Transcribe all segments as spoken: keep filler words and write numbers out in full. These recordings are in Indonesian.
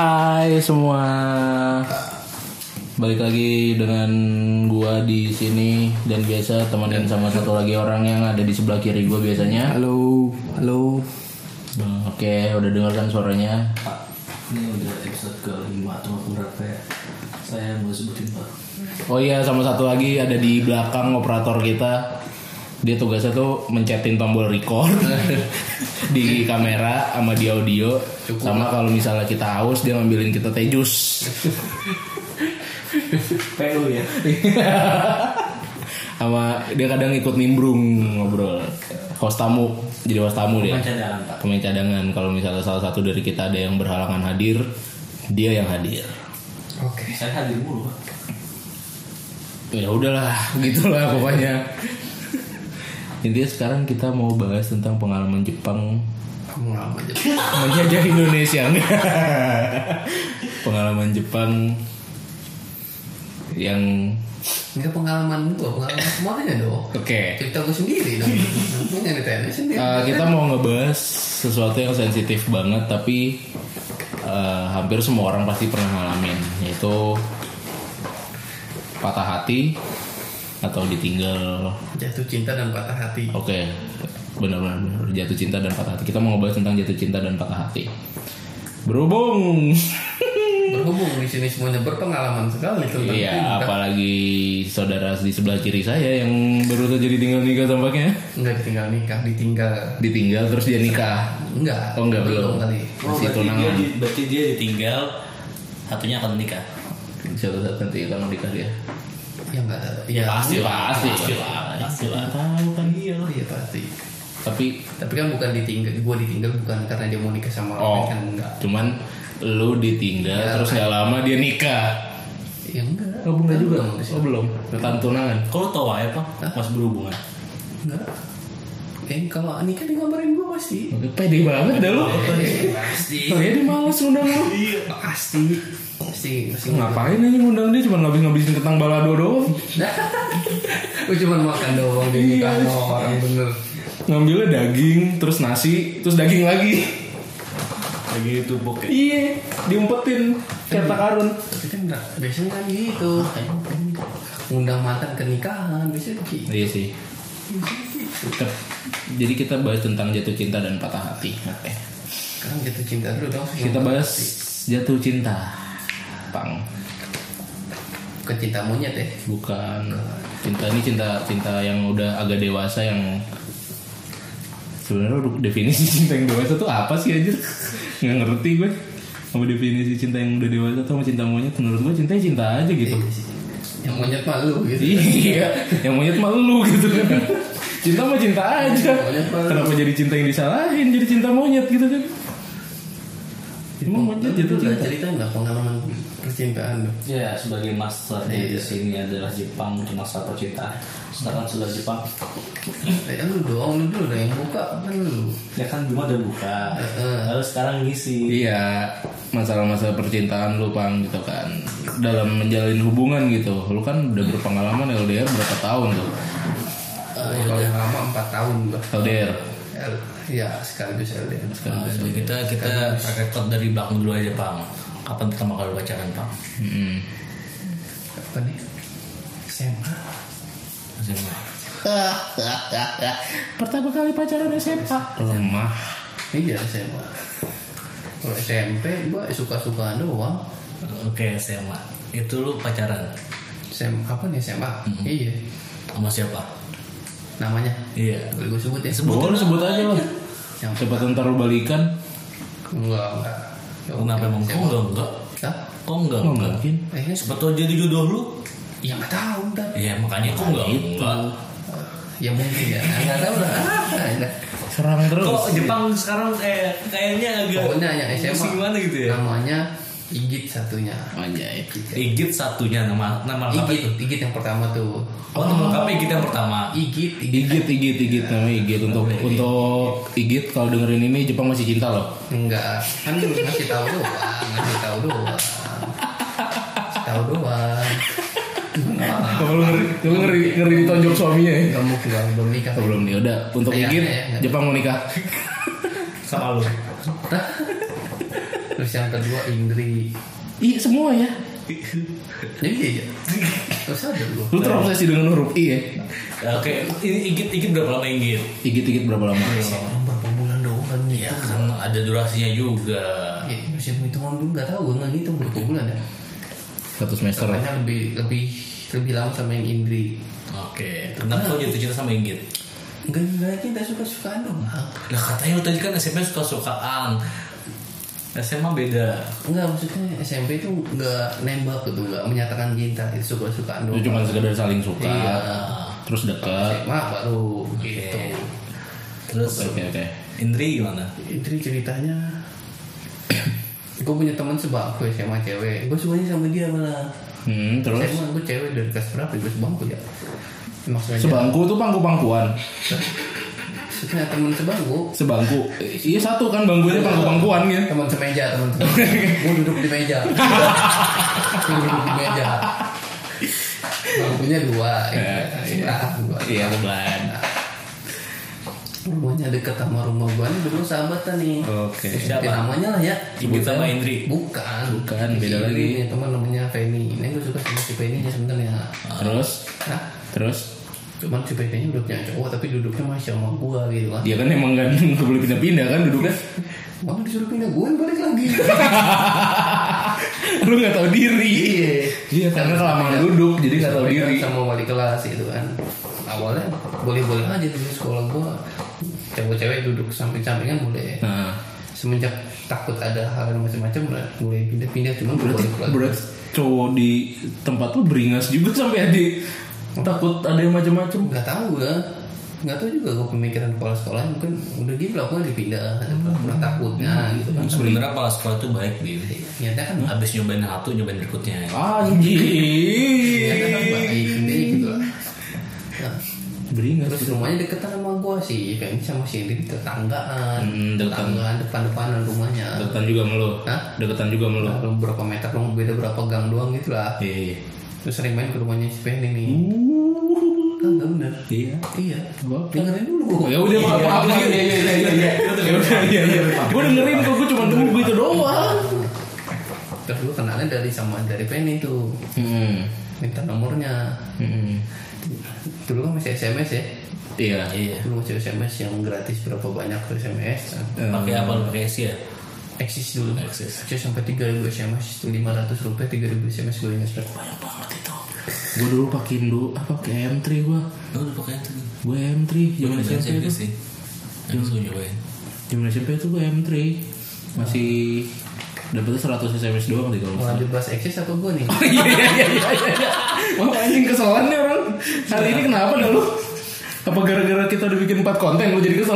Hai semua, balik lagi dengan gua di sini dan biasa temenin sama satu lagi orang yang ada di sebelah kiri gua biasanya. Halo, halo. Nah, oke, udah dengarkan suaranya. Pak, ini udah episode ke lima atau berapa ya? Saya mau sebutin Pak. Oh iya, sama satu lagi ada di belakang operator kita. Dia tugasnya tuh mencetin tombol record di kamera sama di audio. Cukup. Sama kalau misalnya kita haus dia ngambilin kita teh jus. P U ya. Sama dia kadang ikut nimbrung ngobrol. Host tamu, jadi host tamu dia. Pemain cadangan Pak. Pemain cadangan. Kalau misalnya salah satu dari kita ada yang berhalangan hadir, dia yang hadir. Oke. Saya hadir mulu Pak. Ya udahlah, gitulah pokoknya. Intinya sekarang kita mau bahas tentang pengalaman Jepang. Pengalaman Jepang menjajah Indonesia. Pengalaman Jepang yang enggak pengalaman gue, pengalaman semuanya dong. Oke. Okay. Cerita gue sendiri dong. Yang ditanya sendiri. Uh, kita mau ngebahas sesuatu yang sensitif banget, tapi uh, hampir semua orang pasti pernah ngalamin, yaitu patah hati atau ditinggal. Jatuh cinta dan patah hati. Oke, okay. benar-benar jatuh cinta dan patah hati. Kita mau ngebahas tentang jatuh cinta dan patah hati. Berhubung Berhubung di sini semuanya berpengalaman sekali tentang iya, cinta. apalagi saudara di sebelah kiri saya yang baru saja ditinggal nikah tampaknya. Enggak ditinggal nikah, ditinggal. Ditinggal terus dia nikah. Enggak. Oh enggak belum. Kali. Oh, Masih berarti tunangan. dia, di- berarti dia ditinggal, satunya akan menikah. Suatu saat nanti akan nikah dia. Ya enggak ada. Ya, pasti lah, pasti, pasti lah, pasti lah. Tahu kan Iya, iya pasti. Tapi Tapi kan bukan ditinggal, gue ditinggal bukan karena dia mau nikah sama orang oh, lain kan enggak. cuman lu ditinggal Ya, terus nggak lama dia nikah. Ya enggak. Oh, enggak Kan juga. belum di situ. Oh, belum. Tentang tunangan. Kalau tahu ya Pak, Hah? Mas berhubungan. Enggak. Eh kalau nikah dia ngabarin gue pasti. Oke, pede banget dah lu. Pasti. Oh ya dia males ngundang lu. Pasti. Pasti. Pasti. Ngapain aja ngundang dia cuma ngabis-ngabisin kentang balado doang. Gue cuma makan doang di nikah sama orang bener. Ngambilnya daging, terus nasi, terus daging lagi. Lagi itu bokeh. Iya, diumpetin kayak tak karun. Tapi kan enggak, biasanya kan gitu. Undang mantan ke nikahan biasanya gitu. Iya sih. Tetep. Jadi kita bahas tentang jatuh cinta dan patah hati. Oke. Sekarang jatuh cinta dulu dong. Kita bahas jatuh cinta, Pang. Ke cinta monyet ya. Bukan cinta ini cinta cinta yang udah agak dewasa yang sebenarnya definisi cinta yang dewasa tuh apa sih anjir? Nggak ngerti gue. Sama definisi cinta yang udah dewasa tuh sama cinta monyet, menurut gue cinta cinta aja gitu. Yang monyet malu gitu. Iya, yang monyet mah lu gitu kan. Cinta mah cinta aja. Kenapa jadi cinta yang disalahin jadi cinta monyet gitu kan? Emang monyet jatuh Lu cinta. cerita nggak pengalaman percintaan lu? Ya, sebagai master di Iya. sini adalah Jepang untuk masalah percintaan. Sekarang sudah Jepang. Ya lu doang, lu dulu yang buka kan lu. Ya kan cuma udah buka. Heeh. Lalu sekarang ngisi. Iya, masalah-masalah percintaan lu Pang gitu kan. Dalam menjalin hubungan gitu. Lu kan udah berpengalaman L D R berapa tahun tuh? Uh, kalau yang lama empat tahun gua. L D R. L- Ya sekaligus L D R. Nah, jadi kita kita rekod dari belakang dulu aja Bang. Kapan pertama kali pacaran Bang? Mm-hmm. Apa nih? S M A. S M A. Pertama kali pacaran S M A. Lemah. Iya S M A. Kalau S M P gua suka-sukaan doang. Oke, S M A. Itu lu pacaran S M A apa nih S M A? Iya. sama siapa? Namanya? Iya. Boleh gue sebut ya? Boleh sebut aja lah. Yang Siapa ntar lu balikan? enggak enggak. Ya, Kenapa emang S M A. kok enggak enggak? Hah? Kok enggak? Oh, enggak? mungkin. Eh, kan? Siapa tahu jadi jodoh lu? Ya nggak tahu kan? Iya, makanya kok enggak? Enggak. Ya mungkin ya. Nggak tahu lah. Nah, Serang terus. Kok Jepang sekarang kayak kayaknya agak Pokoknya yang S M A. pusing gimana gitu ya? Namanya Igit satunya. Anjay. Igit satunya nama nama lengkap itu. Igit, Igit yang pertama tuh. Oh, nama lengkapnya Igit yang pertama. Igit, Igit, Igit, Igit namanya Igit untuk Igit. untuk Igit kalau dengerin ini Jepang masih cinta loh. Enggak, kan lu ngasih tahu doang, ngasih tahu doang. Ngasih tahu doang. Kalau ngeri, kalau ngeri, ngeri ditonjok suaminya ya. Kamu keluar belum nikah? Oh, belum nih, udah untuk Iya, Igit iya, iya. Jepang mau nikah. Sama lu. Terus yang kedua Indri. Iya semua ya. Jadi iya. Terus ada lu. Lu terobsesi dengan huruf I ya. Oke, ini igit-igit berapa lama igit? Igit-igit berapa lama? Berapa bulan doang kan Ya kan ada durasinya juga. Ya, masih hitungan dulu nggak tahu, nggak ngitung berapa bulan ya. Satu semester. Makanya lebih lebih lebih lama sama yang Indri. Oke, kenapa lo jatuh cinta sama Inggit? Enggak enggak kita suka-sukaan dong. Lah katanya lo tadi kan S M P suka-sukaan. S M A beda. Enggak, maksudnya S M P itu enggak nembak gitu, enggak menyatakan cinta, itu suka-sukaan doang. Itu cuma sekedar saling suka. Iya. Terus dekat. S M A baru Oke. gitu. Terus Oke oke. Indri gimana? Indri ceritanya gue punya teman sebangku S M A cewek, gue sukanya sama dia malah. Hmm, terus S M A gue cewek dari kelas berapa? Gue sebangku ya. Maksudnya sebangku tuh pangku-pangkuan. maksudnya teman sebangku. Sebangku. Iya satu kan bangkunya pangku-pangkuan ya. Teman semeja, teman semeja. Gue duduk di meja. Gue duduk di meja. Bangkunya dua. Iya, Iya, dua. Iya beban. Rumahnya dekat sama rumah gue nih, dulu sahabatan nih. Oke. Siapa namanya lah ya? Inggit sama Indri. Bukan, Bukan, beda Si lagi. Indri nih, teman namanya Feni. Ini gue suka sama si Feni nya sebenarnya. Terus Nah, terus cuman si Feni nya udah punya cowok tapi duduknya masih sama gue gitu kan. dia kan emang kan nggak boleh pindah-pindah kan duduknya. Mana disuruh pindah gue balik lagi. Lu nggak tahu diri. Iya. Iya karena kelamaan duduk jadi nggak tahu Sampai diri. sama wali kelas gitu kan. Awalnya boleh-boleh aja di sekolah gue. Cewek-cewek duduk samping-sampingan boleh. Nah, Semenjak takut ada hal yang macam-macam mulai pindah-pindah cuman berarti boleh kelas. berarti cowok di tempat lu beringas juga sampai ada takut ada yang macam-macam. Nggak tahu ya, nggak tahu juga gue pemikiran kepala sekolah mungkin udah dia pelakunya dipindah ada pura takutnya gitu kan. Sebenarnya kepala sekolah itu baik dim. Nyata kan Habis nyobain satu nyobain berikutnya. Anjing. nyata kan baik ini gitu lah. Nah, Beringas. terus rumahnya deketan sama gue sih, kayaknya sama si Indri tetanggaan, Hmm, deketan. tetanggaan depan-depanan rumahnya. Deketan juga sama lu. Hah? Deketan juga sama lu. Lalu berapa meter dong, beda berapa gang doang gitu lah. Iya. Terus sering main ke rumahnya si Penny nih. Uh. Kagak bener. Iya. Iya. Apa? Dengerin dulu. Oh, ya udah maaf maaf. Iya iya iya iya iya. Ya udah iya iya. Gue dengerin kok gue cuma dulu gitu doang. Terus gue kenalnya dari sama dari Penny tuh. Hmm. Minta nomornya. Hmm. Dulu kan masih S M S ya. Iya. Iya. Dulu masih S M S yang gratis berapa banyak tuh S M S. Pakai apa lu pakai S ya? Eksis dulu. Eksis. Eksis sampai tiga ribu S M S itu lima ratus rupiah tiga ribu S M S gue ingat. Banyak banget itu. Gue dulu pakai Indo apa pakai M tiga gue. Lu udah pakai itu. Gue M tiga Gue zaman udah S M P S M P tuh. sih. Yang suka nyobain. Zaman S M P tuh gue M tiga masih dapetnya seratus S M S doang deh kalau Mau lanjut bahas Eksis apa gue nih? Iya iya iya iya iya. Wah anjing keselan nih orang. Hari ini kenapa dah lu? Apa gara-gara kita udah bikin empat konten lu jadi kesel?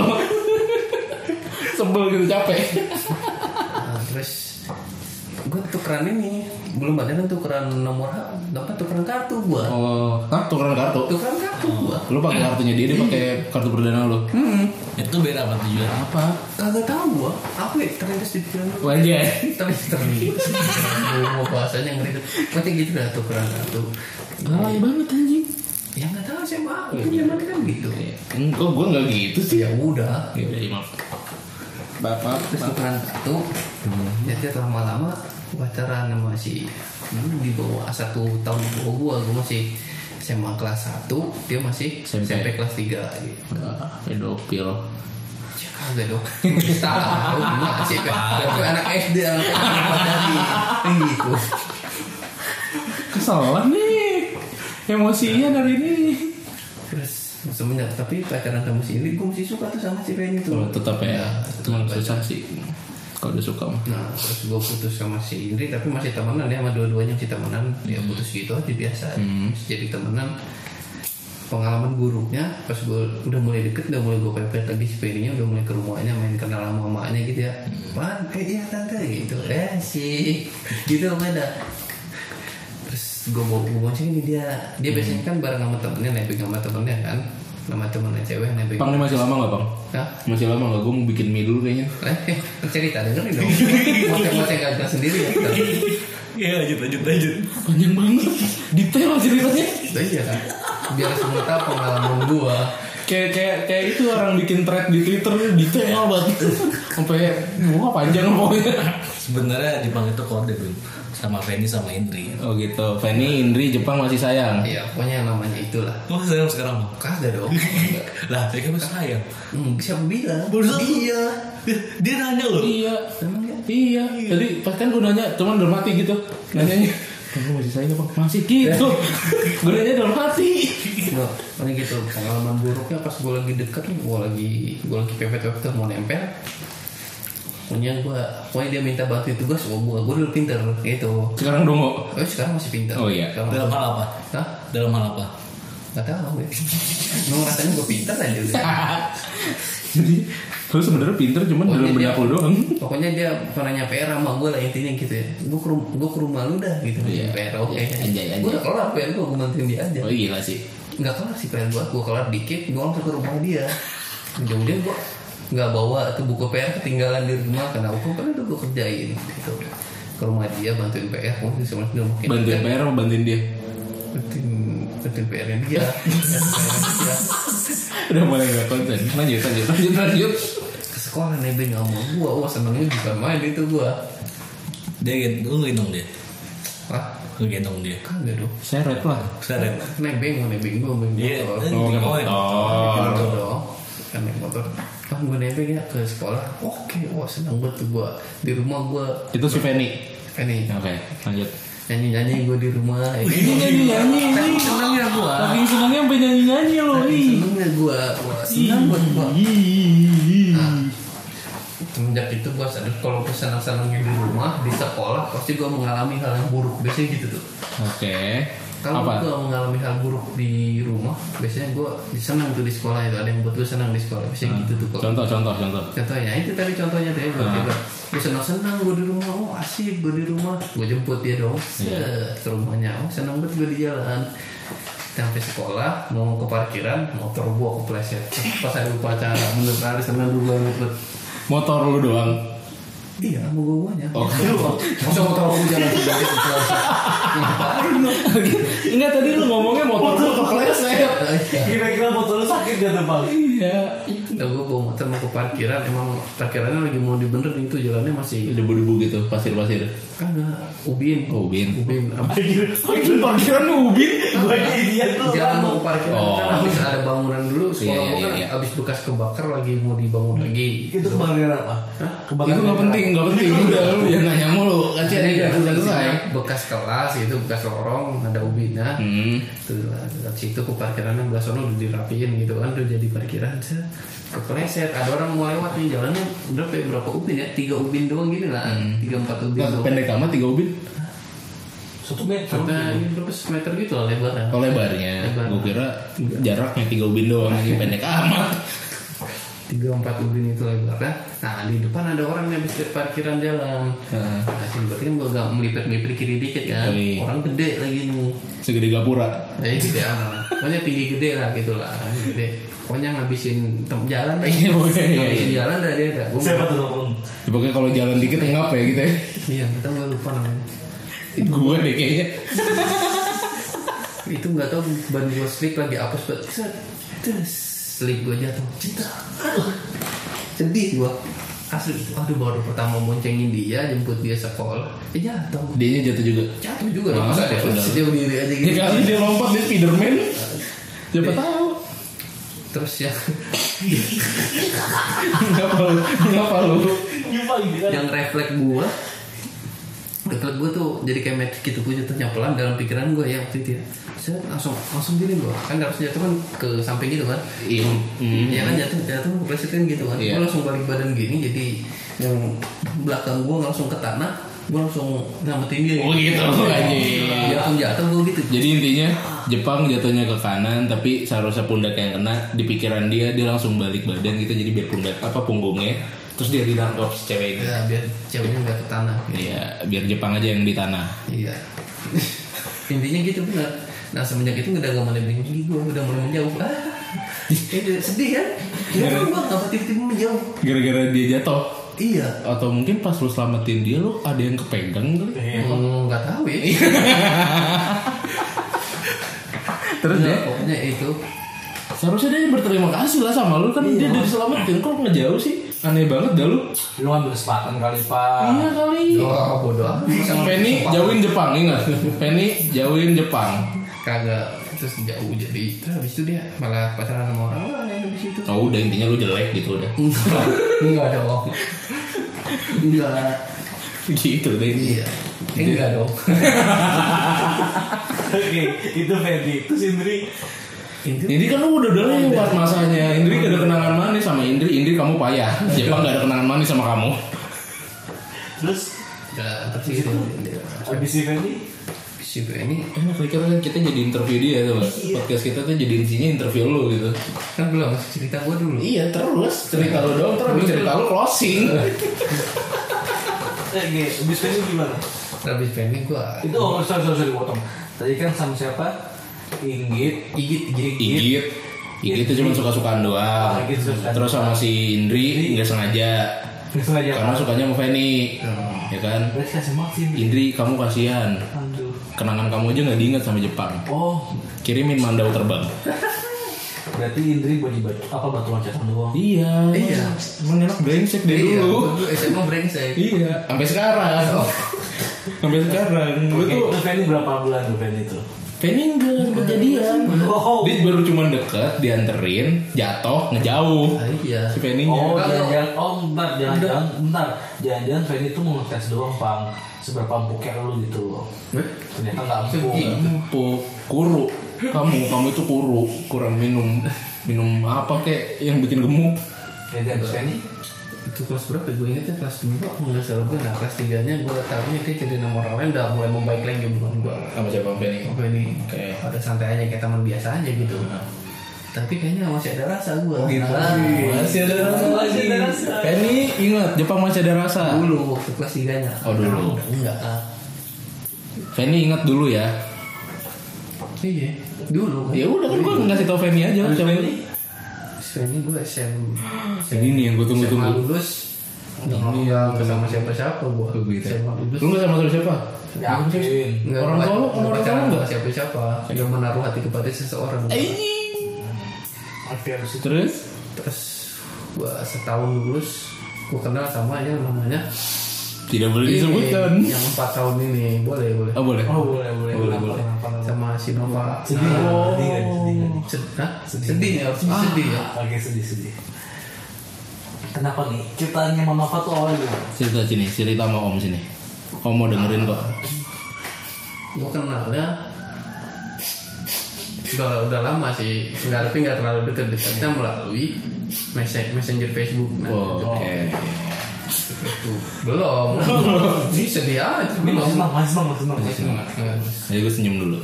Sebel gitu capek. Nah, terus gue tukeran ini belum ada kan tukeran nomor dapat tukeran kartu gue. Oh, hah tukeran kartu? Tukeran kartu gue. Lu pakai kartunya dia, dia pakai kartu perdana lu. Hmm. Itu beda apa tujuan? Apa? Kagak tahu gue. Apa ya terlintas di pikiran gue? Wajah. Terlintas terlintas. Mau bahasanya ngeri. Pokoknya gitu dah tukeran kartu. Galai banget anjing. Ya nggak tahu sih mak. Itu zaman kan gitu. Enggak, gua enggak gitu sih. Ya udah. Ya udah, maaf. Bapak, Terus tukeran kartu. Jadi lama-lama pacaran sama si dulu di bawah satu tahun di bawah gua, gua masih S M A kelas satu, dia masih S M P. S M P kelas tiga gitu. enggak pedofil. Ya kagak dong. Salah, lu gimana sih? Tapi anak S D, anak S D pacaran gitu. Kesalan nih. Emosian hari ini. Terus semenjak tapi pacaran sama si ini gua masih suka tuh sama si Penny tuh. Oh, tetap ya. Cuma susah sih. Kalau udah suka mah. Nah terus gue putus sama si Indri tapi masih temenan ya sama dua-duanya masih temenan. Dia putus gitu aja biasa. Hmm. Jadi temenan. Pengalaman buruknya pas gue udah mulai deket, udah mulai gue pepet lagi si Penny-nya, udah mulai ke rumahnya main kenal sama mamanya gitu ya. Man, kayak iya tante gitu. Eh sih gitu beda. Terus gue bawa gue bonceng ini dia. Dia biasanya kan bareng sama temennya, nebeng sama temennya kan. Nama temennya cewek nebeng. Pang ini masih lama nggak bang? Hah? Masih lama nggak? Gue mau bikin mie dulu kayaknya. Eh, cerita dengerin dong. Moceng-moceng gak sendiri ya. Iya lanjut lanjut lanjut. Panjang banget. Detail ceritanya. Nah, iya kan. Biar semua tahu pengalaman gua. kayak kayak kayak itu orang bikin thread di Twitter detail banget. Sampai gua panjang pokoknya. Sebenarnya Jepang itu kode bro, sama Feni sama Indri. Oh gitu. Feni, Indri, Jepang masih sayang. Iya, pokoknya namanya itulah. Oh sayang sekarang bang? Kagak dong. Lah, dia kan masih sayang. Hmm, siapa bilang? Baru satu. Iya. Dia nanya loh. Iya. Emang ya? Iya. Tadi pas kan gue nanya, cuman dalam hati gitu. Nanyanya, kamu masih sayang apa? Masih gitu. Gue nanya dalam hati. Nah, paling gitu. Pengalaman buruknya pas gue lagi deket nih, gue lagi gue lagi pepet-pepet mau nempel. Pokoknya gue, pokoknya dia minta bantuin tugas, gue gue gue dulu pinter gitu. Sekarang dongo. Oh sekarang masih pinter. Oh iya. Sekarang Dalam masih- hal apa? Hah? Dalam hal apa? Gak tahu ya. Lu rasanya gue pinter aja udah. Jadi, lu sebenarnya pinter cuman Pokoknya dalam dia- benak lu doang. Pokoknya dia pernah nanya P R sama gue lah intinya gitu ya. Gue ke, rum- gue ke rumah lu dah gitu. Iya. P R oke. Iya, anjay, anjay. Gue udah kelar P R gue, gue bantuin dia aja. Oh gila sih. Nggak kelar sih P R gue, gue kelar dikit, gue langsung ke rumah dia. Kemudian gue nggak bawa tuh buku P R ketinggalan di rumah karena aku kan udah gue kerjain gitu. Ke rumah dia bantuin P R, gue sama dia mungkin. Bantuin P R apa bantuin dia? Bantuin bantuin P R-nya dia. Bantuin P R-nya dia. Udah mulai gak konsen. Lanjut, lanjut, lanjut, lanjut. Ke sekolah nebeng sama gue, wah senengnya bisa main itu gue. Dia gitu, lu gendong dia. Hah? Lu gendong dia. Kagak dong. Seret lah. Seret. Nebeng mau nebeng gue, nebeng Iya. motor. Oh, kayak Oh, motor. Motor dong. Kan naik motor. Kan gue nebeng ya ke sekolah. Oke, wah seneng banget tuh gue. Di rumah gue, Itu si Feni. ini Oke, lanjut. nyanyi-nyanyi gue di rumah. Ini nyanyi-nyanyi ini. Senengnya gue. Tapi senangnya sampai nyanyi-nyanyi loh. ih. Senengnya gue. Wah, seneng buat gue. Ih. Nah, semenjak itu gue sadar kalau gue senang-senangnya di rumah, di sekolah pasti gue mengalami hal yang buruk. Biasanya gitu tuh. Oke. Kalau Apa? gue mengalami hal buruk di rumah, biasanya gue senang tuh di sekolah itu. Ada yang buat gue senang di sekolah. Biasanya gitu tuh. Kalau Contoh, contoh, contoh. contohnya itu tadi contohnya deh gue Ah. juga gue senang-senang gue di rumah, oh asik gue di rumah, gue jemput dia dong. Iya. Set, ke rumahnya, oh senang banget gue di jalan. Sampai sekolah mau ke parkiran, motor gue kepleset pas ada upacara, bener hari senang dulu banget. Motor lu doang. Iya, mau gue guanya. Oh. Masa motor gue jalan sendiri kepleset? Ngapain lo? Enggak, tadi lu ngomongnya motor lu kepleset. Kira-kira motor lu sakit gak tuh bang? Iya. Nah, gue bawa motor mau ke parkiran, emang parkirannya lagi mau dibenerin itu jalannya masih Debu-debu gitu, pasir-pasir. kagak ubin. Oh, Ubin. Ubin. Apa? Itu parkiran lu Ubin. Gue dia tuh. Jalan mau ke parkiran Oh. kan habis ada bangunan dulu sekolah Iya, iya, gua kan iya. habis bekas kebakar lagi mau dibangun lagi. Itu kebakaran apa? Hah? Itu nggak penting, nggak penting. Udah lu jangan nanya mulu. Kasih Jadi aja, ada udah selesai. bekas kelas itu bekas lorong ada ubinnya. Hmm. Tuh lah dari situ ke parkirannya belah sono udah dirapiin gitu kan udah jadi parkiran. Set, kepleset ada orang mau lewat nih jalannya berapa ya, berapa ubin ya tiga ubin doang gini lah tiga empat ubin Nah, doang. pendek amat tiga ubin. Satu meter. Sampai ini berapa meter gitu lah lebarnya. Oh lebarnya. Lebar. Gue kira jaraknya tiga ubin doang. Ini pendek amat. Tiga empat ubin itu lebarnya. Nah di depan ada orang yang habis dari parkiran jalan. Nah, Nah sini berarti kan gue agak melipir-melipir kiri dikit kan. Iya. Orang gede lagi nih. segede gapura. Nah ini gede amat. Pokoknya tinggi gede lah gitu lah. Gede. Pokoknya ngabisin tem- jalan deh. Iya, iya, iya. Ngabisin jalan dah dia dah. Gua- Siapa tuh bang? Ya, pokoknya kalau jalan dikit ngap ya gitu ya. Iya kita nggak lupa namanya. Gue deh kayaknya. Itu nggak tahu ban gue slip lagi apa set. Set. Terus slip gue jatuh. Cinta. Sedih gue. Asli. Aduh baru pertama boncengin dia jemput dia sekolah. Eh jatuh. Dianya jatuh juga. Jatuh juga Ah, dong. Masa dia udah. sejauh diri aja Ya gitu. kali dia lompat dia Spiderman. Siapa Iya. tahu. Terus ya Ngapa lu? Ngapa lu? yang refleks gua refleks gua tuh jadi kayak magic gitu, gua jatuhnya pelan dalam pikiran gua ya waktu itu ya. Saya langsung langsung gini gua kan harus jatuh kan ke samping gitu kan. Iya. Hmm. Ya kan jatuh jatuh keplesetin gitu kan. Iya. Gua langsung balik badan gini jadi yang belakang gua langsung ke tanah, gua langsung nyamatin dia. Oh gitu anjing. Jatuh jatuh gua gitu. Jadi intinya Jepang jatuhnya ke kanan tapi seharusnya pundak yang kena di pikiran dia dia langsung balik badan gitu jadi biar pundak apa punggungnya terus dia ditangkap si cewek gitu. Ya biar ceweknya nggak ke tanah. Iya, biar Jepang aja yang di tanah. Iya. Intinya gitu benar. Nah semenjak itu udah gak mau nebeng lagi gue, udah mulai menjauh. Ah, ini sedih kan? Ya gue gak tiba-tiba menjauh. Gara-gara dia jatuh. Iya. Atau mungkin pas lu selamatin dia lu ada yang kepegang kali. Hmm, gak tahu ya. Terus Nah, ya? pokoknya itu Seharusnya dia berterima kasih lah sama lu kan, dia udah diselamatin. Kok ngejauh sih? Aneh banget dah lu. Lu ambil kesempatan kali Pak. Iya kali. Oh bodoh. Penny jauhin Jepang, ingat? Penny jauhin Jepang. Kagak, terus jauh jadi. Terus habis itu dia malah pacaran sama orang lain habis itu. Oh udah, intinya lu jelek gitu udah. Enggak dong. Enggak. Gitu deh ini. Iya. Enggak dong. Oke, itu Fendi. Terus Indri. Indri kan lu udah udah lewat masanya. Indri gak ada kenangan manis sama Indri. Indri kamu payah. Jepang gak ada kenangan manis sama kamu. Terus Enggak, terus itu. habis si Fendi. Si ini Enak nih kita, kita jadi interview dia tuh. Podcast kita tuh jadi intinya interview lu gitu. kan belum cerita gua dulu. Iya terus cerita lu dong. Terus cerita lu closing. Eh, Ge, habis Fendi gimana? Habis pending gua. Itu oh, sorry sorry sorry potong. Tadi kan sama siapa? Inggit, Igit, igit, Igit. Igit itu cuma suka-sukaan doang. Oh, Igit suka-sukaan. Terus sama si Indri nggak sengaja. Nggak sengaja. Karena sukanya sama Feni. Ya kan? Berarti kasih maksi Indri. Indri kamu kasihan. Aduh. Kenangan kamu aja nggak diingat sama Jepang. Oh, Kirimin mandau terbang. berarti Indri baju batu apa batu loncatan doang. Iya. Iya. Emang enak brengsek dari Iya, dulu. gua S M A brengsek. Iya. Sampai sekarang. Sampai sekarang. Gue Oke, tuh itu Fendi berapa bulan tuh Fendi itu? Feni enggak sempet jadian. Oh. Dia baru cuma deket, dianterin, jatuh, ngejauh. Ah, iya. Si Feni nya. Oh, jangan-jangan, oh bentar, jangan-jangan, bentar, jangan-jangan Fendi itu mau ngetes doang, Pang, seberapa empuknya lu gitu loh. Eh? Ternyata nggak empuk. Empuk, kuru. Kamu, kamu itu kuru, kurang minum, minum apa kek yang bikin gemuk. Jadi habis Fendi, Itu kelas berapa? Gue ingetnya kelas dua. Aku nggak salah gue. Nah kelas tiganya gue tahunya dia jadi nama orang lain udah mulai membaik lagi hubungan gue. Sama siapa Feni? Apa ini? Oke. Ada santai aja kayak teman biasa aja gitu. Tapi kayaknya masih ada rasa gue. Oh gitu. Nah, Masih ada rasa Masih lagi. ada rasa. Feni ingat Jepang masih ada rasa. dulu waktu kelas tiganya. Oh, dulu. Udah enggak. Ah. Feni ingat dulu ya. Iya. Dulu. Ya udah kan gue ngasih tau Feni aja. habis Siapa Fendi, Ini gue S M. Ini nih yang gue S M A tunggu-tunggu. lulus. Ini yang sama siapa-siapa gue. Oh, gitu. S M A lulus. Lu gak sama siapa? yakin. Nggak, Orang tua lu, nggak orang tua pacaran lu nggak? sama siapa-siapa. Nggak menaruh hati kepada seseorang. Oke, habis itu. Terus? Terus gua setahun lulus, gua kenal sama yang namanya Tidak boleh ini, disebutkan. yang empat tahun ini. Boleh, boleh. Oh boleh. Oh boleh boleh Boleh, Kenapa, boleh. kenapa, kenapa? Sama si Nova. Sedih, Nah, sedih nggak? Sedih nggak? Sed- hah? sedih ya, harus sedih ya. Oke sedih sedih. Kenapa nih? Ceritanya Mama Nova tuh awalnya gimana? Cerita sini, cerita sama Om sini. Om mau dengerin kok. Gua kenalnya udah udah lama sih, nggak tapi nggak terlalu dekat dekatnya melalui mes- messenger Facebook. Nah, Oh, oke. itu belum. Ini sedih aja Ini belum. masih senang, masih senang, masih senang, masih senang. Nggak. Jadi gue senyum dulu.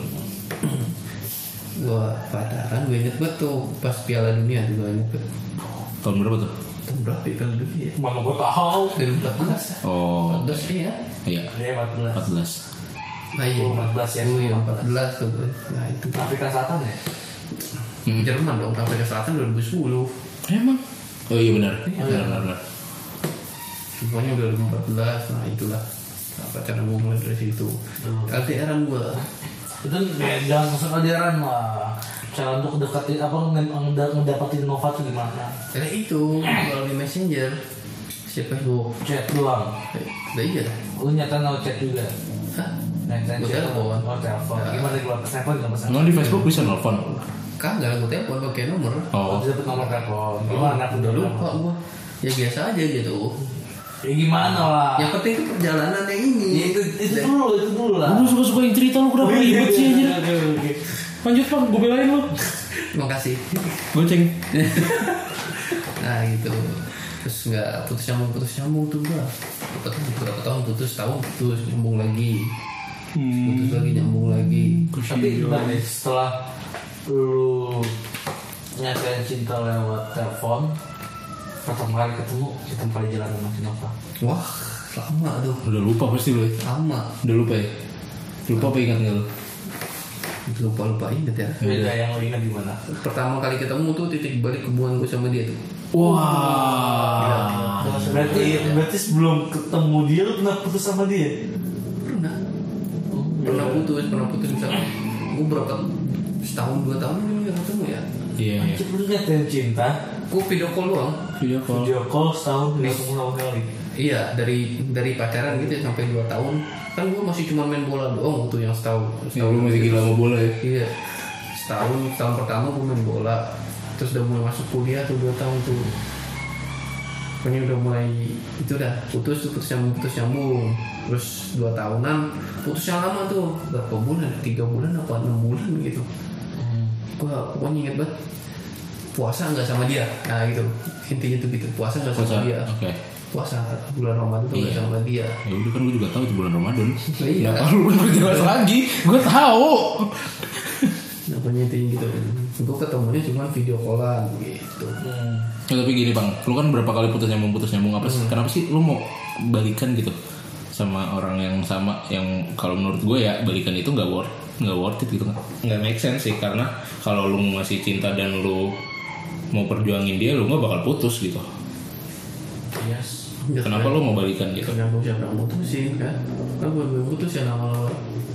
Gua pacaran, gue inget banget tuh pas Piala Dunia juga inget banget. Tahun berapa tuh? Tahun berapa ya Piala Dunia? Mana gue tahu. dua ribu empat belas. Oh, empat belas ya? iya. Dia empat belas. empat belas. Nah iya. Oh, empat belas ya. Oh iya empat belas tuh gue. Nah itu. Afrika Selatan ya? Hmm. Jerman dong, Afrika Selatan dua ribu sepuluh. Emang? Oh iya benar. Benar, benar, benar. Semuanya dua ribu empat belas. Nah itulah. Nah, pacaran gue mulai dari situ. Hmm. L D R-an gue. Itu ya, jangan langsung ajaran lah. Cara untuk deketin apa nged- ngedapetin Nova tuh gimana? Ya itu melalui messenger. Si Facebook. Chat doang. Eh, Udah iya dah. Lu nyatain lewat chat juga. Hah? Nyatain Gua chat. telepon. Oh telepon. Gimana di keluar telepon nggak pesan? Emang di Facebook bisa nelfon? Kagak, gue telepon pakai nomor. Oh, Oh, dapet nomor telepon. Gimana? Udah lupa gue. Ya biasa aja gitu. Ya gimana lah? Yang penting itu perjalanannya ini. Ya itu itu dulu, itu dulu lah. lu suka-suka yang cerita lu kenapa ribet sih aja? Oke, oke. Lanjut Bang, gue belain lu. Terima kasih. Goceng. Nah gitu. Terus nggak putus nyambung putus nyambung tuh gua. Berapa tahun berapa tahun putus tahun putus nyambung lagi. Putus lagi nyambung lagi. Tapi bentar nih, setelah lu nyatain cinta lewat telepon, pertama kali ketemu, pertama kali jalan sama si Nova. Wah lama tuh. Udah lupa pasti lu ya? Lama. Udah lupa ya? Lupa apa ingat nggak lu? Lupa lupa inget ya. Beda yang lu ingat gimana? Pertama kali ketemu tuh titik balik hubungan gue sama dia tuh. Wah. Berarti berarti sebelum ketemu dia lu pernah putus sama dia? Pernah. Pernah putus pernah putus misalnya. Gue berapa setahun dua tahun ini nggak ketemu ya. Iya. iya. Anjir lu nyatain cinta. Gue video call doang. Video call. Video call setahun nggak ketemu sama kali. Iya, dari dari pacaran gitu ya, sampai dua tahun. Kan gue masih cuma main bola doang waktu yang setahun. Ya, lu masih gila sama bola ya? Iya. Setahun, tahun pertama gue main bola. Terus udah mulai masuk kuliah tuh dua tahun tuh. Pokoknya udah mulai itu udah putus tuh putus nyambung putus nyambung. Terus dua tahunan putus yang lama tuh berapa bulan? Tiga bulan apa enam bulan gitu. Hmm. Gua pokoknya inget banget puasa nggak sama dia. Nah gitu intinya tuh gitu puasa nggak sama Puasa, dia. oke. Puasa bulan Ramadan tuh nggak Iya. sama dia. Ya udah kan gue juga tahu itu bulan Ramadan. Iya. Nggak perlu berjelas lagi, gue tahu. Nah pokoknya intinya gitu. Gue ketemunya cuma video callan gitu. Hmm. Ya, tapi gini bang, lu kan berapa kali putus nyambung putus nyambung apa sih? Kenapa sih lu mau balikan gitu sama orang yang sama? Yang kalau menurut gue ya balikan itu nggak worth nggak worth it gitu, nggak make sense sih. Karena kalau lu masih cinta dan lu mau perjuangin dia, lu nggak bakal putus gitu. Yes. Ya, Kenapa lu mau balikan gitu? Tergantung siapa yang mutusin kan. Kan gue gue putus ya nama lo.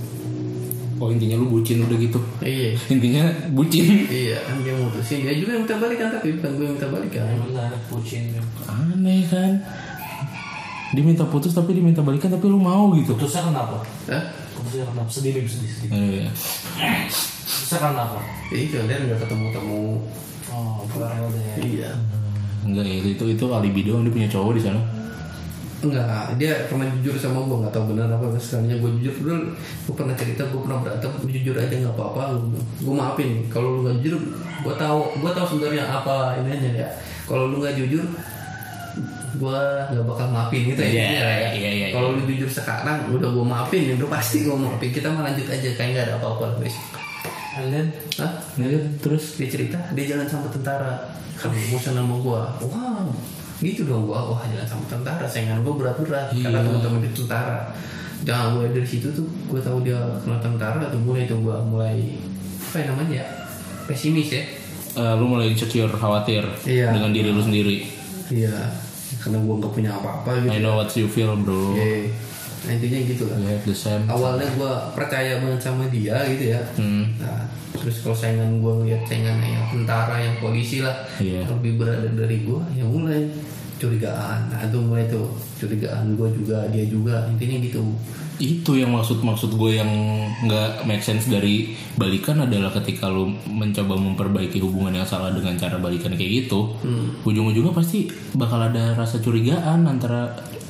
Oh intinya lu bucin udah gitu. Iya. Intinya bucin. Iya kan dia mutusin. Dia juga yang minta balikan tapi bukan gue yang minta balikan. Emang gak ada pucin. Aneh kan? Dia minta putus tapi dia minta balikan tapi lu mau gitu. Putusnya kenapa? Hah? Putusnya kenapa? Sedih nih sedih sedih. Eh, Putusnya kenapa? Jadi kalian nggak ketemu-temu. Oh bukan ya. Iya. enggak ya itu itu itu alibi doang, dia punya cowok di sana. Enggak, dia pernah jujur sama gue, nggak tahu benar apa sekalinya gue jujur dulu. Gue pernah cerita, gue pernah berantem, gue jujur aja nggak apa-apa. Gue maafin. Kalau lu nggak jujur, gue tahu, gue tahu sebenarnya apa ini aja ya. Kalau lu nggak jujur, gue nggak bakal maafin gitu Iya, ya. iya, iya, iya. Kalau lu jujur sekarang, udah gue maafin, udah pasti gue maafin. Kita mah lanjut aja, kayak nggak ada apa-apa guys. And then, Hah? Ya, terus Dia cerita, dia jalan sama tentara. Kamu bosan sama gue. Wow. Gitu dong gua, wah jangan sama tentara, saingan gua berat-berat Iya. karena teman-teman di tentara. Jangan mulai dari situ tuh, gua tahu dia kena tentara tuh mulai tuh gua mulai apa yang namanya ya, pesimis ya. eh, lu mulai insecure, khawatir Iya. dengan diri lu sendiri. Iya, karena gua nggak punya apa-apa gitu. I know what you feel bro. Iya, nah, intinya gitu lah. We have the same. Awalnya gua percaya banget sama dia gitu ya. Hmm. Nah, terus kalau saingan gua ngeliat saingan yang tentara, yang polisi lah, Iya. yang lebih berat dari gua, ya mulai curigaan. Nah itu mulai tuh curigaan gua juga, dia juga, intinya gitu. Itu yang maksud-maksud gue yang nggak make sense dari balikan adalah ketika lu mencoba memperbaiki hubungan yang salah dengan cara balikan kayak gitu, Hmm. ujung-ujungnya pasti bakal ada rasa curigaan antara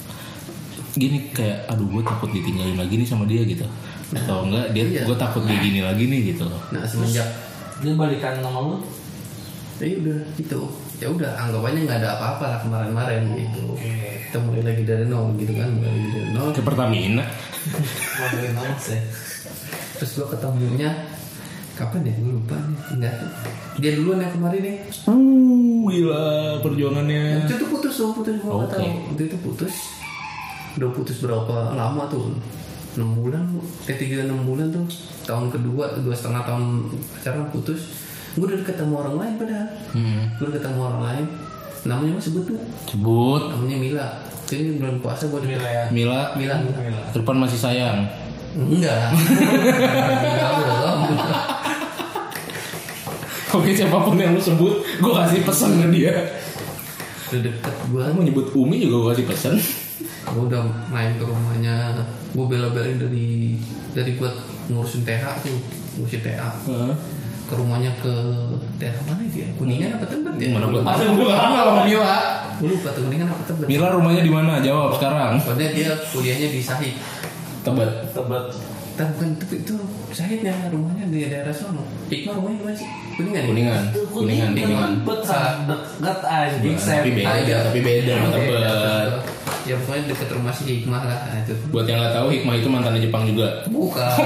gini kayak aduh gue takut ditinggalin lagi nih sama dia gitu, atau enggak dia Iya. gue takut dia gini lagi nih gitu. Nah semenjak dia balikan sama lu? ya udah gitu, ya udah anggap aja nggak ada apa-apa lah kemarin-kemarin gitu. Kita mulai lagi dari nol gitu kan, mulai lagi dari nol. Ke Pertamina. Balikan sama sih. Terus gua ketemunya kapan ya? Gue lupa nih. Enggak. Dia duluan yang kemarin nih. Uh, gila perjuangannya. Itu tuh putus tuh, putus gua nggak Oke. tahu. Itu itu putus. Udah putus berapa lama tuh? enam bulan, eh tiga enam bulan tuh. Tahun kedua, dua setengah tahun pacaran putus. Gue udah deket sama orang lain padahal. Hmm. Gue udah deket sama orang lain. Namanya mah sebut tuh. Sebut Namanya Mila. Ini bulan puasa gue udah Mila ya. Mila. Mila. Mila. Depan masih sayang. Enggak. Enggak belum. Oke siapapun yang lu sebut, gue kasih pesan ke dia. Udah deket gue. Kamu nyebut Umi juga gue kasih pesan. Gue udah main ke rumahnya. Gue bela-belain dari dari buat ngurusin T H tuh, ngurusin T H. Ke rumahnya ke daerah mana itu ya? Kuningan apa Tebet ya? Mana gue tahu gue gak kenal sama Mila. Gue lupa tuh Kuningan apa Tebet. Mila rumahnya di mana? Jawab sekarang. Soalnya dia kuliahnya di Sahid. Tebet. Tebet. Tapi bukan Tebet itu Sahidnya, rumahnya di daerah sono. Hikmah rumahnya di mana sih? Kuningan. ya? Kuningan. Kuningan. Kuningan. Tebet dekat anjing Tapi beda. Ah, iya. Tapi beda. sama Oke, Tebet. ya pokoknya deket rumah si Hikmah lah. Nah, itu. Buat yang nggak tahu, Hikmah itu mantannya Jepang juga. Bukan.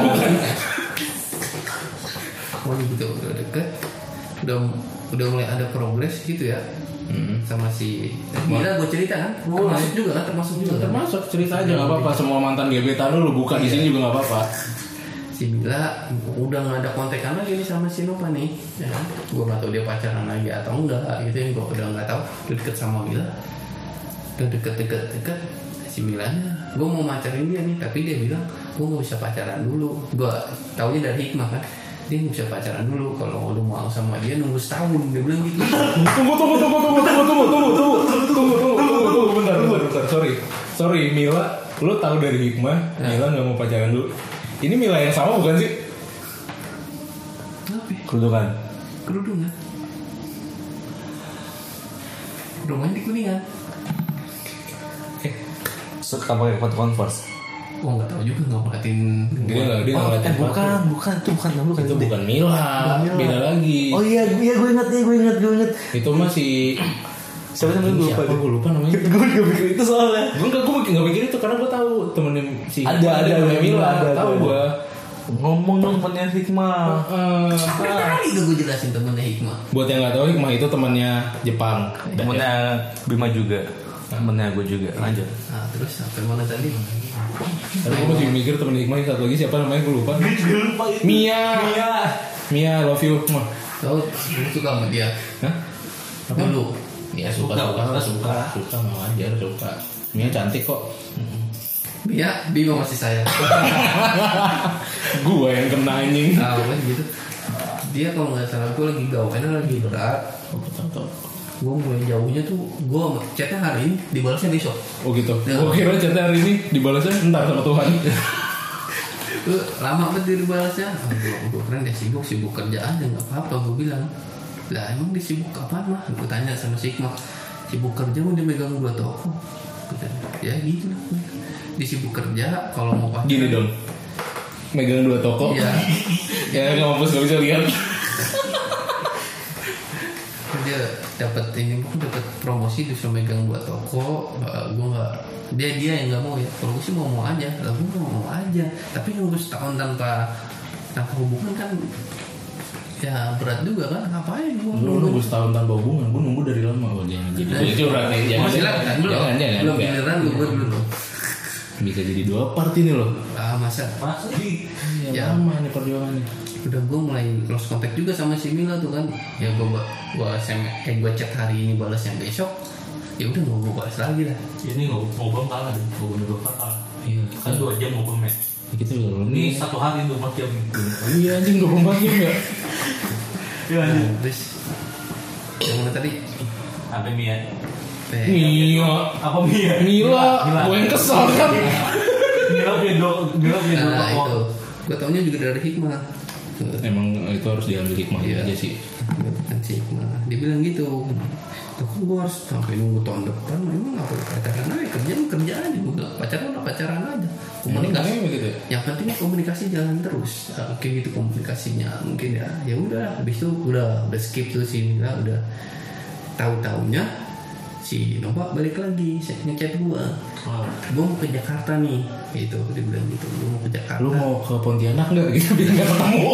Oh gitu, udah deket, udah udah mulai ada progres gitu ya. Hmm. Sama si Mila gue cerita kan, termasuk juga kan, termasuk juga kan. Termasuk cerita aja nggak apa-apa. Semua mantan gebetan lu lu buka di sini juga nggak apa-apa. Si Mila udah nggak ada kontekan lagi nih sama si Nova nih, ya kan? Gue nggak tahu dia pacaran lagi atau enggak, gitu ya. Gue udah nggak tahu. Udah deket sama Mila, udah deket-deket deket. Si Milanya, gue mau pacarin dia nih, tapi dia bilang gue nggak bisa pacaran dulu. Gue taunya dari Hikmah kan. dia nggak bisa pacaran dulu, kalau udah mau sama dia nunggu setahun, dia bilang gitu. Tunggu tunggu tunggu tunggu tunggu tunggu tunggu tunggu tunggu tunggu tunggu tunggu bentar bentar bentar sorry sorry Mila, lo tahu dari Hikmah Mila nggak mau pacaran dulu. Ini Mila yang sama bukan sih? Kenapa? Kerudungan. Kerudungan. Rumahnya di Kuningan. Suka pakai sepatu Converse. Oh nggak tahu juga, nggak perhatiin. Dia nggak dia Oh, nggak eh, bukan, bukan itu bukan kamu kan itu bukan Mila, beda lagi. Oh iya, iya gue ingat, iya gue ingat, gue ingat. Itu masih Siapa namanya gue lupa. siapa gue lupa namanya. Gue gak pikir itu soalnya. Gue enggak, gue nggak mikir itu karena gue tahu temennya si Ada, ada, temennya ada, Mila, ada, tahu ada. gue. Ngomong dong temannya Hikmah. Eh, Kali itu gue jelasin temennya Hikmah. buat yang nggak tahu Hikmah itu temannya Jepang. Temennya Bima juga. Temennya gue juga. Lanjut. Nah terus sampai mana tadi? Tapi gue masih mikir temen Hikmah yang satu lagi siapa namanya gue lupa. Gue lupa itu. Mia. Mia. Mia, love you. Mah. Tahu gue suka sama dia. Hah? Dulu. Ya suka suka suka suka suka nggak wajar suka. Mia cantik kok. Dia, Bima masih saya. Gue yang kena anjing. Nah, pokoknya gitu. Dia kalau nggak salah gue lagi gawainnya lagi berat. Gue mulai jauhnya tuh, gue chatnya hari ini, dibalasnya besok. Oh gitu. Ya. Gue kira chatnya hari ini dibalasnya entar sama Tuhan. Lu lama banget dia dibalasnya. Oh, gue, gue keren dia sibuk, sibuk kerjaan ya nggak apa-apa. Gue bilang, lah emang dia sibuk apaan mah? Gue tanya sama si Hikmah, sibuk kerja mau dia megang dua toko. Gua tanya, ya gitu lah. Dia sibuk kerja, kalau mau pacaran. Gini dong. Megang dua toko. Iya. Ya nggak mampus nggak bisa lihat. Dia dapat ini, gue dapat promosi disuruh megang dua toko. Uh, gue nggak, dia dia yang nggak mau ya. Kalau gue sih mau mau aja, lah gue mau mau aja. Tapi nunggu setahun tanpa tanpa hubungan kan, ya berat juga kan. Ngapain gue Lu nunggu setahun tanpa hubungan, gue nunggu dari lama kok jangan jadi. Jadi curhat nih, jangan. Masih lah kan belum, Jangan jangan. belum jangan. giliran gue belum. Bisa jadi dua part ini loh. Ah masa, Masih. Ya, Ya. lama nih perjuangannya. udah gue mulai lost contact juga sama si Mila tuh kan. Ya gue gue sms, eh gue chat hari ini balas yang besok. Ya udah mau gue balas lagi lah. Ini ngobrol kalah deh. Ngobrol dua kalah. Iya. Kan dua jam ngobrol met. Kita juga belum. Ini satu hari dua empat jam. Iya anjing dua puluh empat jam ya. Iya. Nah, terus yang mana tadi? Apa Mia? Eh, Mia. Apa Mia? Mila, Mila. gue yang kesal kan. Mila punya dua, Mila punya dua Nah toko. itu, gue taunya juga dari Hikmah. Tuh, Emang itu harus diambil hikmahnya Iya. aja sih. kan si Hikmah. Dia bilang gitu. Tuh kan gue harus sampai nunggu tahun depan. Emang apa pacaran aja, kerjaan kerjaan aja. Gue bilang pacaran udah pacaran aja. Komunikasi. Emang begitu ya? Yang penting komunikasi jalan terus. Nah, oke gitu komunikasinya. Mungkin ya, ya udah. Habis itu udah udah skip tuh si Mila udah. Tahu-taunya si Nova balik lagi, ngechat gue. Oh. Gue mau ke Jakarta nih, gitu. Dia bilang gitu. Gue mau ke Jakarta. Lu mau ke Pontianak nggak? Gitu biar nggak ketemu.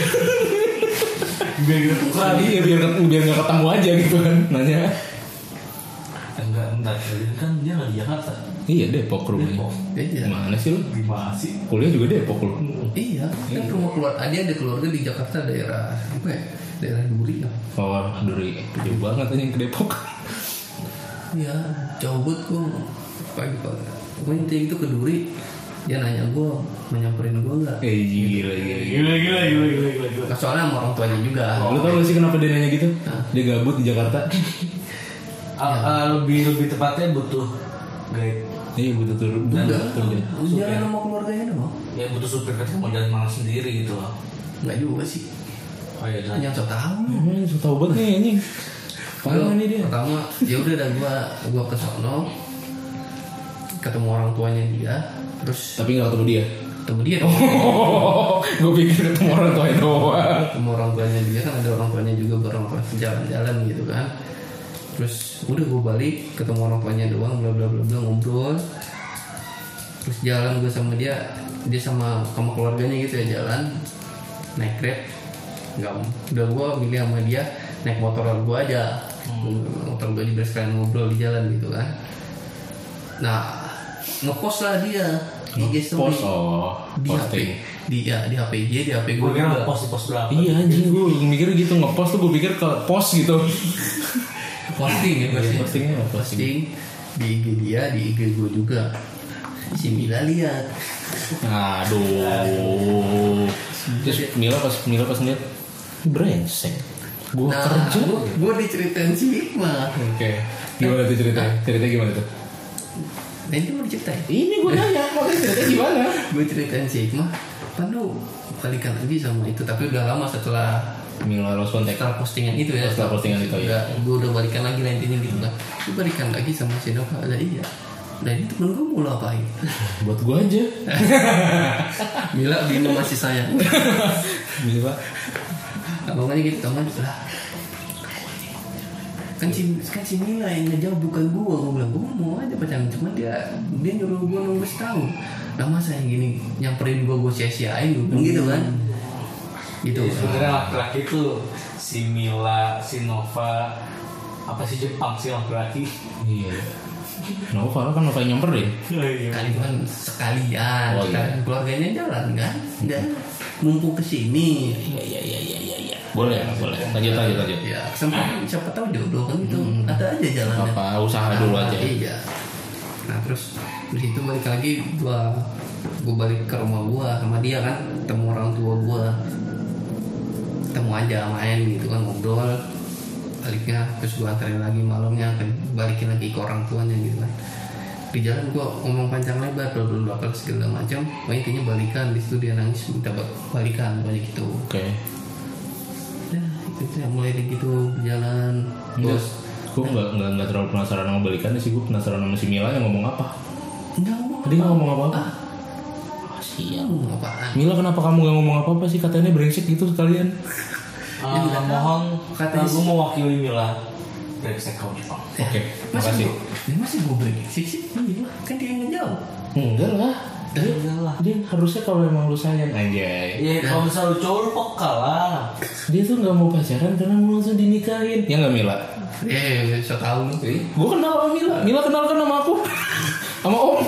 Biar kita tukeran. Iya biar biar nggak ketemu aja gitu kan nanya. Enggak, enggak. Kan dia nggak di Jakarta. Iya Depok rumahnya. Depok. Iya. Mana sih lu? Gimana sih? Kuliah juga Depok lu. Iya, kan rumah keluarga dia ada keluarga di Jakarta daerah apa ya? Daerah Duri lah. Oh dari jauh banget aja ke Depok. Iya, jauh banget gue. Pagi pagi. Gue intinya itu ke Duri. Dia nanya gue, mau nyamperin gue nggak? Eh gila gila. Gila, gila, gila, gila, gila, gila. Nah, soalnya sama orang tuanya juga. Lu tau gak sih kenapa dia nanya gitu? Dia gabut di Jakarta. Ah, ah, lebih lebih tepatnya butuh guide. Iya butuh turun. Udah, Turun. jalan sama keluarganya dong. Ya butuh supir kan mau jalan malam sendiri gitu loh. Nggak juga sih. Oh iya, jalan. Yang so tahu. Emang so tau banget nih anjing. Parah nih dia. Pertama, ya udah dah gue gue ke sono, ketemu orang tuanya dia, terus Tapi gak ketemu dia. ketemu dia dong. Oh, gue pikir ketemu orang tua doang. Ketemu orang tuanya dia kan ada orang tuanya juga bareng jalan-jalan gitu kan. Terus udah gue balik ketemu orang tuanya doang bla bla bla bla ngobrol. Terus jalan gue sama dia, dia sama sama keluarganya gitu ya jalan naik Grab. Enggak, udah gue milih sama dia naik motor gue aja. Motor gue aja biar sekalian ngobrol di jalan gitu kan. Nah, ngepost lah dia I G story Post oh di H P posting. di ya, di H P J di H P gue Gue kira juga. post di post berapa? Iya anjing gue mikir gitu ngepost tuh gue pikir ke post gitu. Posting ya pasti. Iya, postingnya apa? Posting di I G dia, di I G gue juga. Si Mila lihat. Aduh. Terus Mila pas Mila pas ngeliat brengsek. Gua nah, kerja. Gua, gua diceritain si Hikmah. Oke. Gimana tuh ceritanya? Ceritanya gimana tuh? Nah ini mau diceritain. Ini gua nanya, makanya ceritanya gimana? Gue ceritain si Hikmah, kan lu balikan lagi sama itu, tapi udah lama setelah Mila lost contact. setelah postingan itu ya. Setelah postingan itu ya. Gue udah balikan lagi lah intinya gitu kan. Gue balikan lagi sama si Nova, ada iya. Nah ini temen gue mau lo apain? Buat gua aja. Mila Bimo masih sayang. Mila. Abangnya gitu teman lah. Kan si kan si Mila yang ngejawab bukan gua. Gua bilang gua mau aja pacaran, cuma dia dia nyuruh gua nunggu setahun. Nah masa yang gini nyamperin gua gua sia-siain gua gitu kan. Gitu. Ya, sebenarnya laki-laki itu si Mila, si Nova, apa sih Jepang sih laki-laki? Iya. Nova kan Nova yang nyamperin. Kan itu kan sekalian, Oh, iya. kan keluarganya jalan kan. Dan mumpung kesini. Iya iya iya iya iya. Ya. Boleh boleh. Lanjut lanjut lanjut. Ya kesempatan siapa tahu jodoh kan itu hmm. ada aja jalannya. Apa usaha dulu Nah, aja. Iya. Nah terus di situ balik lagi gua gua balik ke rumah gua sama dia kan, ketemu orang tua gua, ketemu aja main gitu kan, ngobrol, baliknya terus gua anterin lagi malamnya, balikin lagi ke orang tuanya gitu kan. Di jalan gua ngomong panjang lebar, bla bla segala macam, pokoknya intinya balikan. Di situ dia nangis minta balikan banyak gitu. Oke. Okay. Nah itu tuh mulai dari gitu berjalan. Terus gue nggak nggak nggak terlalu penasaran sama balikannya sih, gue penasaran sama si Mila yang ngomong apa. Enggak ngomong. Dia nggak ngomong apa-apa. Ah. Ah, sial. Ngomong apaan? Mila kenapa kamu nggak ngomong apa-apa sih, katanya brengsek gitu sekalian. Uh, Ya, mohon katanya gue sih- mewakili Mila. Brengsek kau Jepang. Oke, Masih makasih. gua- Dia masih gue brengsek sih. Iya, kan dia yang ngejawab. Enggak lah. Dia, Enggak lah. dia harusnya kalau emang lu sayang anjay. Iya, kalau misalnya lu cowok lu peka lah. Dia tuh nggak mau pacaran karena mau langsung dinikahin. Ya nggak Mila? Eh, so tau lu. Gue kenal sama Mila. Mila kenal kan sama aku, sama Om.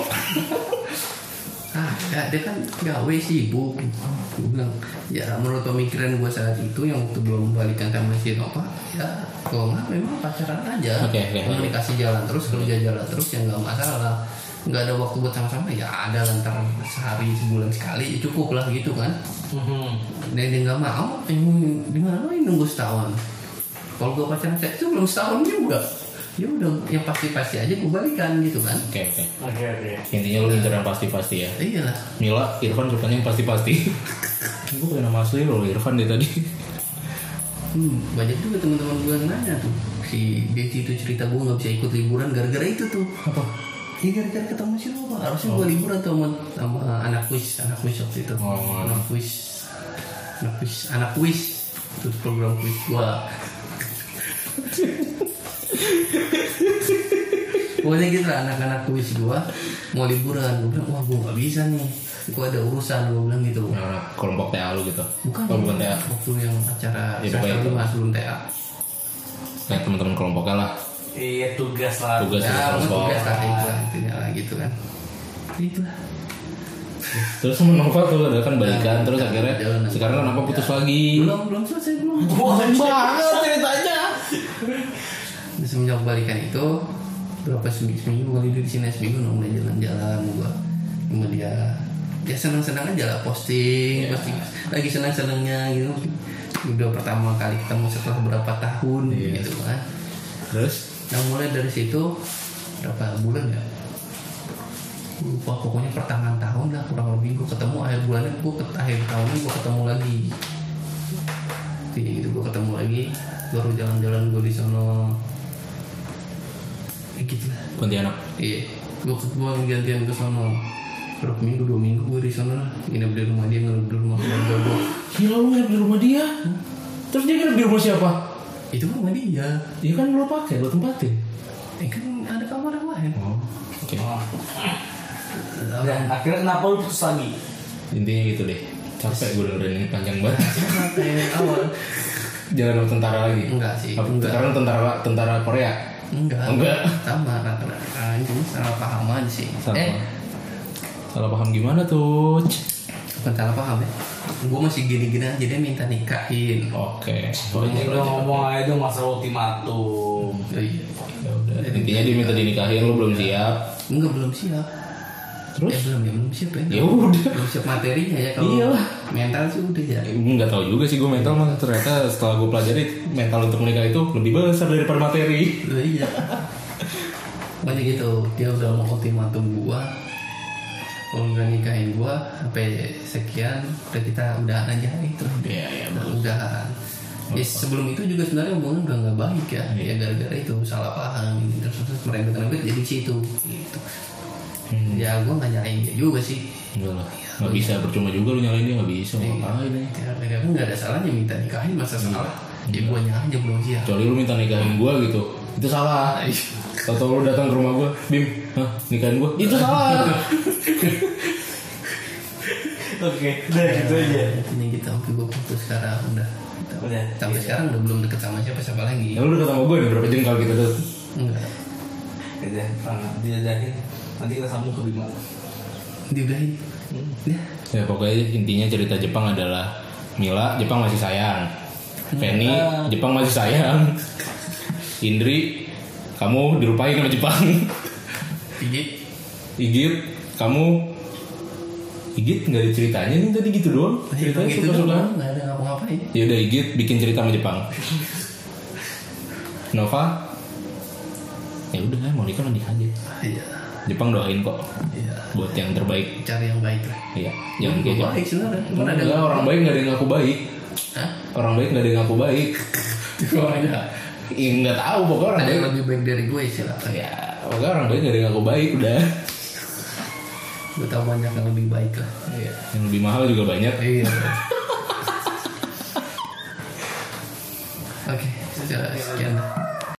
Ah, ya, dia kan gawe sibuk. Gue bilang, ya menurut pemikiran gue saat itu yang waktu belum balikan sama si Nova, ya kalau nggak memang pacaran aja. Oke, oke, oke. Komunikasi jalan terus, kerja jalan terus, ya nggak masalah. Nggak ada waktu buat sama-sama, ya ada lantar sehari sebulan sekali, ya cukup lah gitu kan. Dan dia nggak mau, ini gimana lo nunggu setahun? Kalau gue pacaran saya itu belum setahun juga. Ya udah, yang pasti-pasti aja gue balikan gitu kan. Oke oke. Oke oke. Intinya lu ngincer yang pasti-pasti ya. Iya lah. Mila, Irfan rupanya yang pasti-pasti. Gue pengen nama asli loh Irfan deh tadi. Hmm, banyak juga teman-teman gue yang nanya tuh. Si Desi itu cerita gue nggak bisa ikut liburan gara-gara itu tuh. Apa? Ya gara-gara ketemu si Nova. Harusnya gue liburan tuh sama, sama anak kuis, anak kuis waktu itu. Oh. Anak kuis, anak kuis, anak kuis. Itu program kuis gue. Pokoknya gitu lah, anak-anak kuis gue mau liburan. Gue bilang, wah gue gak bisa nih, gue ada urusan. Gue bilang gitu. Nah, kelompok T A lu gitu. Bukan, Oh, bukan T A. waktu yang acara Ya, semester pokoknya itu. lima sebelum T A. Kayak teman-teman kelompoknya lah. Iya tugas lah. Tugas Ya, terus gue tugas bawa. lah itu lah, intinya lah gitu kan. Itu lah. Terus sama Nova tuh ada kan balikan, Ya, terus ya, akhirnya jalan. sekarang kenapa putus Ya. lagi? Belum, belum selesai belum. Panjang banget ceritanya. Semenjak balikan itu berapa seminggu seminggu kali di sini seminggu udah mulai jalan-jalan gua sama dia. Ya senang-senang aja lah posting, Ya. posting lagi senang-senangnya gitu. Udah pertama kali ketemu setelah berapa tahun Ya. gitu kan. Terus? Yang mulai dari situ berapa bulan ya? Lupa, pokoknya pertengahan tahun lah kurang lebih gue ketemu akhir bulannya gue ke akhir tahunnya gue ketemu lagi. Jadi gitu gue ketemu lagi, baru jalan-jalan gue di sono. Ya gitu lah. Pontianak. Iya, gue gue gantian ke sono. Berapa minggu, dua minggu gue di sono lah. Nginep di rumah dia, nginep di rumah keluarga gue. Gila lu nginep di rumah dia. Terus dia nginep di rumah siapa? Itu kan rumah dia. Dia kan lu pakai, lu tempatin. Eh kan ada kamar yang lain. Oh, oke. Dan akhirnya kenapa lu putus lagi? Intinya gitu deh. Capek gue dengerin ini panjang banget. Sama kayak awal. Jangan sama tentara lagi. Enggak sih, Apa, enggak. Sekarang tentara tentara Korea. Enggak. Enggak. Sama karena ah, ini salah paham aja sih. Salah Eh, paham. Salah paham gimana tuh? bukan salah paham ya. Gue masih gini-gini aja dia minta nikahin. Oke. Oh, iya, udah ngomong aja dong masalah ultimatum. Oh, iya. Ya udah. Intinya dia minta dinikahin, lu belum siap. Enggak belum siap. Terus? Eh, belum ya belum siap ya. Ya udah. Belum siap materinya ya kalau Iyalah. mental sih udah ya. Nggak tahu juga sih gue mental mah, ternyata setelah gue pelajari mental untuk menikah itu lebih besar daripada materi. Oh, iya. Banyak gitu, dia udah mau ultimatum gua. Kalau nggak nikahin gua sampai sekian, udah kita udahan aja itu. Iya, iya, Udah udahan. Ya, sebelum itu juga sebenarnya hubungan udah nggak baik ya. Ya gara-gara itu salah paham ini terus terus merembet-rembet jadi situ gitu. Hmm. Ya gua nggak nyalain dia juga sih. Enggak lah, nggak bisa, percuma juga lu nyalain dia, nggak bisa, ngapain ya. Ya mereka kan nggak ada salahnya minta nikahin, masa salah. Ya gua aja belum siap. Kecuali lu minta nikahin gue gitu, itu salah. Atau lu datang ke rumah gue, Bim, hah, nikahin gue, itu salah. Oke, udah gitu aja. Intinya kita sampai gua putus sekarang udah. Udah. Sampai sekarang udah belum deket sama siapa-siapa lagi. Ya lu udah ketemu gue nih berapa jengkal kita tuh? Enggak. Udah, pernah diajakin. Nanti kita sambung ke Bima. Diudahin. Ya. Ya pokoknya intinya cerita Jepang adalah Mila, Jepang masih sayang. Penny, Jepang masih sayang. Indri, kamu dilupain sama Jepang. Pijit. Igit, kamu Igit nggak ada ceritanya nih tadi gitu doang. Ceritanya gitu suka-suka. doang, nggak ada ngapa-ngapain. Ya udah Igit bikin cerita sama Jepang. Nova, ya udah mau nikah mau nikah aja. Iya. Jepang doain kok Iya. buat yang terbaik. Cari yang baik lah. Iya, jangan kayak baik sebenarnya. Cuman ada Enggak, orang baik nggak ada yang ngaku baik. Hah? Orang baik nggak ada yang ngaku baik. Oh, ada. Ya, nggak tahu pokoknya orang Ada baik. yang lebih baik dari gue sih lah. Ya, pokoknya orang baik nggak ada yang ngaku baik udah. Gue tahu banyak yang lebih baik lah. Iya. Yang lebih mahal juga banyak. Iya. Oke, sudah sekian lah.